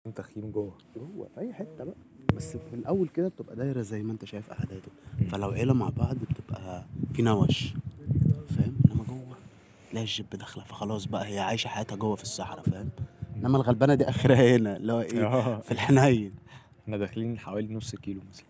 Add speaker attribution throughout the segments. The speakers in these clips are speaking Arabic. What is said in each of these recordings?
Speaker 1: تخييم جوه.
Speaker 2: جوه في اي حته بقى، بس في الاول كده بتبقى دايره زي ما انت شايف اعداده. فلو عيله مع بعض بتبقى في نوش، فاهم؟ انما جوه تلاقي الجيب داخله، فخلاص بقى هي عايشه حياتها جوه في الصحراء، فاهم؟ انما الغلبانه دي اخرها هنا اللي هو ايه،
Speaker 1: اه
Speaker 2: في الحنين.
Speaker 1: احنا داخلين حوالي نص كيلو مثلا.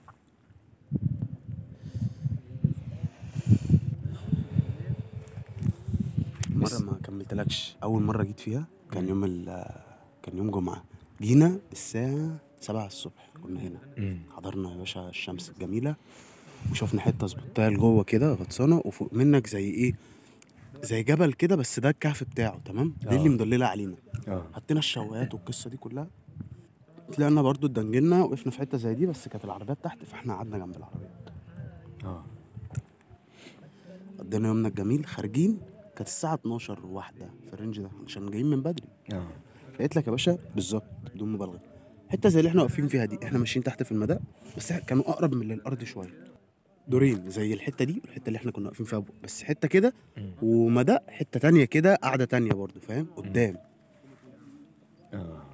Speaker 2: مره
Speaker 1: بس
Speaker 2: ما كملتلكش، اول مره جيت فيها كان كان يوم جمعه. جينا الساعه 7 الصبح، كنا هنا حضرنا يا باشا الشمس الجميله، وشوفنا حته ظبطتها لجوه كده غطسانه، وفوق منك زي ايه، زي جبل كده، بس ده الكهف بتاعه، تمام؟ دي اللي
Speaker 1: اه
Speaker 2: مضلله علينا.
Speaker 1: اه
Speaker 2: حطينا الشوايات والقصه دي كلها، طلعنا برضو اتدنجلنا، وقفنا في حته زي دي، بس كانت العربيات تحت، فاحنا قعدنا جنب العربيات.
Speaker 1: اه
Speaker 2: قضينا يومنا الجميل خارجين. كانت الساعه 12 واحده في الرينج ده، عشان جايين من بدري.
Speaker 1: اه
Speaker 2: لقيت لك يا باشا بالظبط بدون مبالغه، حته زي اللي احنا واقفين فيها دي، احنا ماشيين تحت في المدى، بس كانوا اقرب من الارض شويه. دورين زي الحته دي والحته اللي احنا كنا واقفين فيها، بس حته كده، ومدى حته تانية كده، قاعده تانية برضو، فاهم؟ قدام.
Speaker 1: اه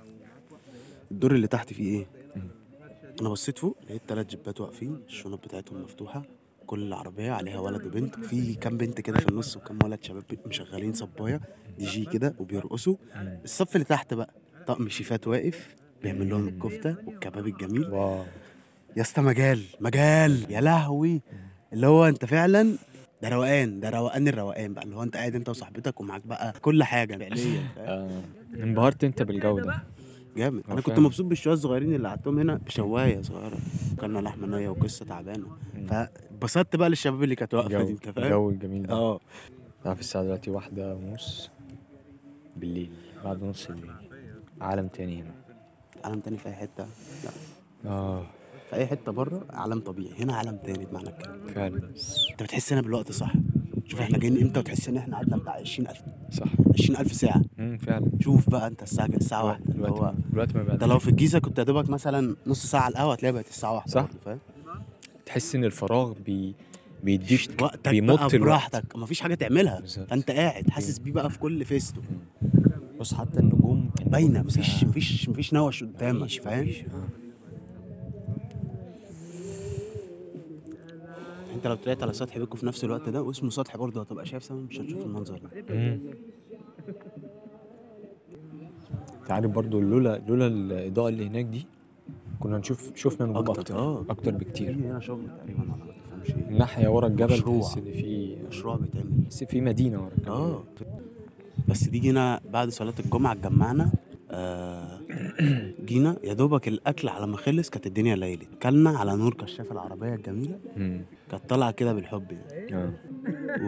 Speaker 2: الدور اللي تحت فيه ايه؟ انا بصيت فوق لقيت 3 جيبات واقفين، الشنط بتاعتهم مفتوحه، كل عربيه عليها ولد وبنت، وفي كام بنت كده في النص، وكام ولد شباب مشغلين صبايه دي جي كده وبيرقصوا. الصف اللي تحت بقى طقم شيفات واقف بيعمل لهم الكفته والكباب الجميل.
Speaker 1: واو.
Speaker 2: يا اسطى مجال مجال يا لهوي، اللي هو انت فعلا، ده روقان، ده روقان الروقان بقى، اللي هو انت قاعد انت وصاحبتك ومعاك بقى كل حاجه فعليا، فاهم؟
Speaker 1: انبهرت انت بالجو ده؟
Speaker 2: جامد.
Speaker 1: هو
Speaker 2: انا كنت
Speaker 1: فعلا.
Speaker 2: مبسوط بالشويه الصغيرين اللي قعدتهم هنا بشوايه صغيره، وكلنا لحمه نيه وقصه تعبانه، فاتبسطت بقى للشباب اللي كانت واقفه دي،
Speaker 1: الجو
Speaker 2: انت فاهم؟
Speaker 1: الجو الجميل ده.
Speaker 2: اه.
Speaker 1: تعرف الساعة دلوقتي 1:30 بالليل، بعد نص الليل. عالم تاني هنا.
Speaker 2: عالم تاني في اي حته؟ لا،
Speaker 1: اه
Speaker 2: في اي حته بره عالم طبيعي، هنا عالم تاني بمعنى الكلمه.
Speaker 1: فعلا.
Speaker 2: انت بتحس هنا بالوقت صح؟ شوف احنا جايين امتى، وتحس ان احنا قعدنا بتاع 20000
Speaker 1: صح.
Speaker 2: 20000 ساعه.
Speaker 1: فعلا.
Speaker 2: شوف بقى انت الساعه كده، الساعه
Speaker 1: الوقت
Speaker 2: واحدة، اللي
Speaker 1: الوقت
Speaker 2: هو
Speaker 1: ما الوقت ما
Speaker 2: انت لو
Speaker 1: بيعديش.
Speaker 2: في الجيزه كنت يا دوبك مثلا نص ساعه على القهوه، هتلاقي بقت الساعه واحدة
Speaker 1: صح.
Speaker 2: برضه، فاهم؟
Speaker 1: تحس ان الفراغ بيديك
Speaker 2: وقتك بقى
Speaker 1: بيمط الوقت.
Speaker 2: براحتك، مفيش حاجه تعملها،
Speaker 1: بالظبط.
Speaker 2: فانت قاعد حاسس بيه بقى في كل فيستو.
Speaker 1: بص حتى النجوم
Speaker 2: باينه، مفيش
Speaker 1: نفسها.
Speaker 2: مفيش مفيش نوش قدامك، فاهم؟
Speaker 1: مفيش
Speaker 2: انت لو طلعت على سطح بيتكم في نفس الوقت ده، واسمه سطح برضه، هتبقى شايف سما، مش هتشوف المنظر ده.
Speaker 1: انت عارف برضو لولا الاضاءه اللي هناك دي كنا شفنا نجوم
Speaker 2: اكتر،
Speaker 1: اكتر
Speaker 2: في
Speaker 1: بكتير.
Speaker 2: هنا شغل تقريبا، ولا ما تفهمش ايه.
Speaker 1: الناحيه ورا الجبل تحس
Speaker 2: مشروع،
Speaker 1: ان في
Speaker 2: مشروع بيتعمل.
Speaker 1: مدينه ورا الجبل.
Speaker 2: اه. بس دي جينا بعد صلاة الجمعة، اتجمعنا، جينا يا دوبك الأكل على ما خلص كانت الدنيا ليلت، كلنا على نور كشاف العربية الجميلة، كانت طالعة كده بالحب يعني.
Speaker 1: اه
Speaker 2: و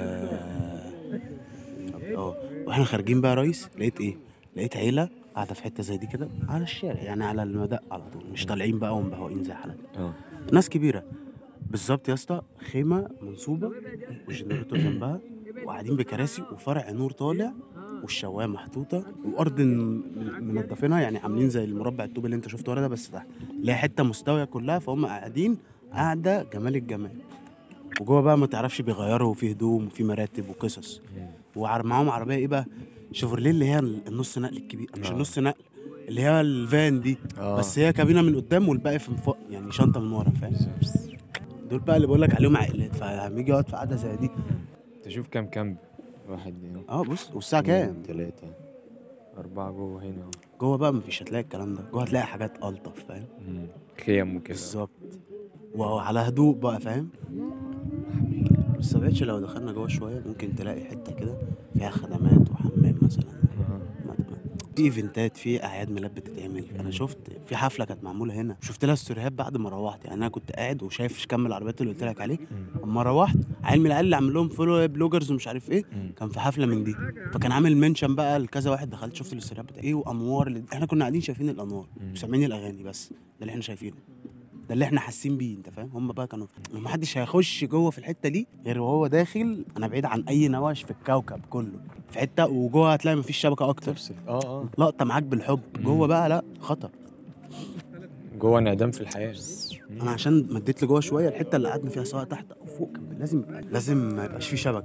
Speaker 2: واحنا خارجين بقى يا ريس، لقيت ايه؟ لقيت عيلة قاعدة في حتة زي دي كده على الشارع، يعني على المدق على طول، مش طالعين بقى ومبهوقين زي حالتنا.
Speaker 1: اه
Speaker 2: ناس كبيرة بالظبط يا اسطى، خيمة منصوبة والجنريتور جنبها، وقاعدين بكراسي، وفرع نور طالع، والشوايه محطوطه، وارض منضفينها، يعني عاملين زي المربع الطوب اللي انت شفته ورا ده، بس تحت اللي هي حته مستويه كلها، فهم قاعدين قاعده جمال الجمال. وجوه بقى ما تعرفش بيغيروا، وفي هدوم وفي مراتب وقصص، ومعاهم عربيه ايه بقى، شيفروليه، اللي هي النص نقل الكبير، مش النص نقل، اللي هي الفان دي، بس هي كابينه من قدام والباقي في فوق، يعني شنطه من ورا، فاهم؟ دول بقى اللي بقول لك عليهم عائلات، فلما يجي يقعد في قعده زي دي.
Speaker 1: تشوف كام كامب واحد هنا.
Speaker 2: بص، والساعه
Speaker 1: 2
Speaker 2: كام؟
Speaker 1: 3 4 جوه هنا.
Speaker 2: جوه بقى مفيش، هتلاقي الكلام ده جوه، هتلاقي حاجات الطف، فاهم؟
Speaker 1: خيم وكده.
Speaker 2: بالظبط، وعلى هدوء بقى، فاهم؟ بس مبقتش، لو دخلنا جوه شويه ممكن تلاقي حته كده فيها خدمات وحمام مثلا، في ايفنتات، في اعياد ميلاد بتتعمل. انا شفت في حفله كانت معموله هنا، شفت لها ستوريهات بعد ما روحت، يعني انا كنت قاعد وشايف كم العربيات اللي قلت لك عليه. اما روحت، عيل من العيال اللي عامل لهم فولو بلوجرز ومش عارف ايه، كان في حفله من دي، فكان عامل منشن بقى لكذا واحد، دخلت شفت الستوريهات بتاع ايه، وانوار احنا كنا قاعدين شايفين الانوار وسامعين الاغاني، بس ده اللي احنا شايفينه، ده اللي احنا حاسين بيه، انت فاهم؟ هم بقى كانوا، محدش هيخش جوه في الحته دي غير وهو داخل، انا بعيد عن اي نواش في الكوكب كله، في حته وجوه هتلاقي مفيش شبكه اكتر،
Speaker 1: تفصل.
Speaker 2: لقطه معاك بالحب. جوه بقى لا، خطر.
Speaker 1: جوه انعدام في الحياه.
Speaker 2: انا عشان مديت لجوه شويه، الحته اللي قعدنا فيها سواء تحت او فوق، لازم ما يبقاش في شبكه.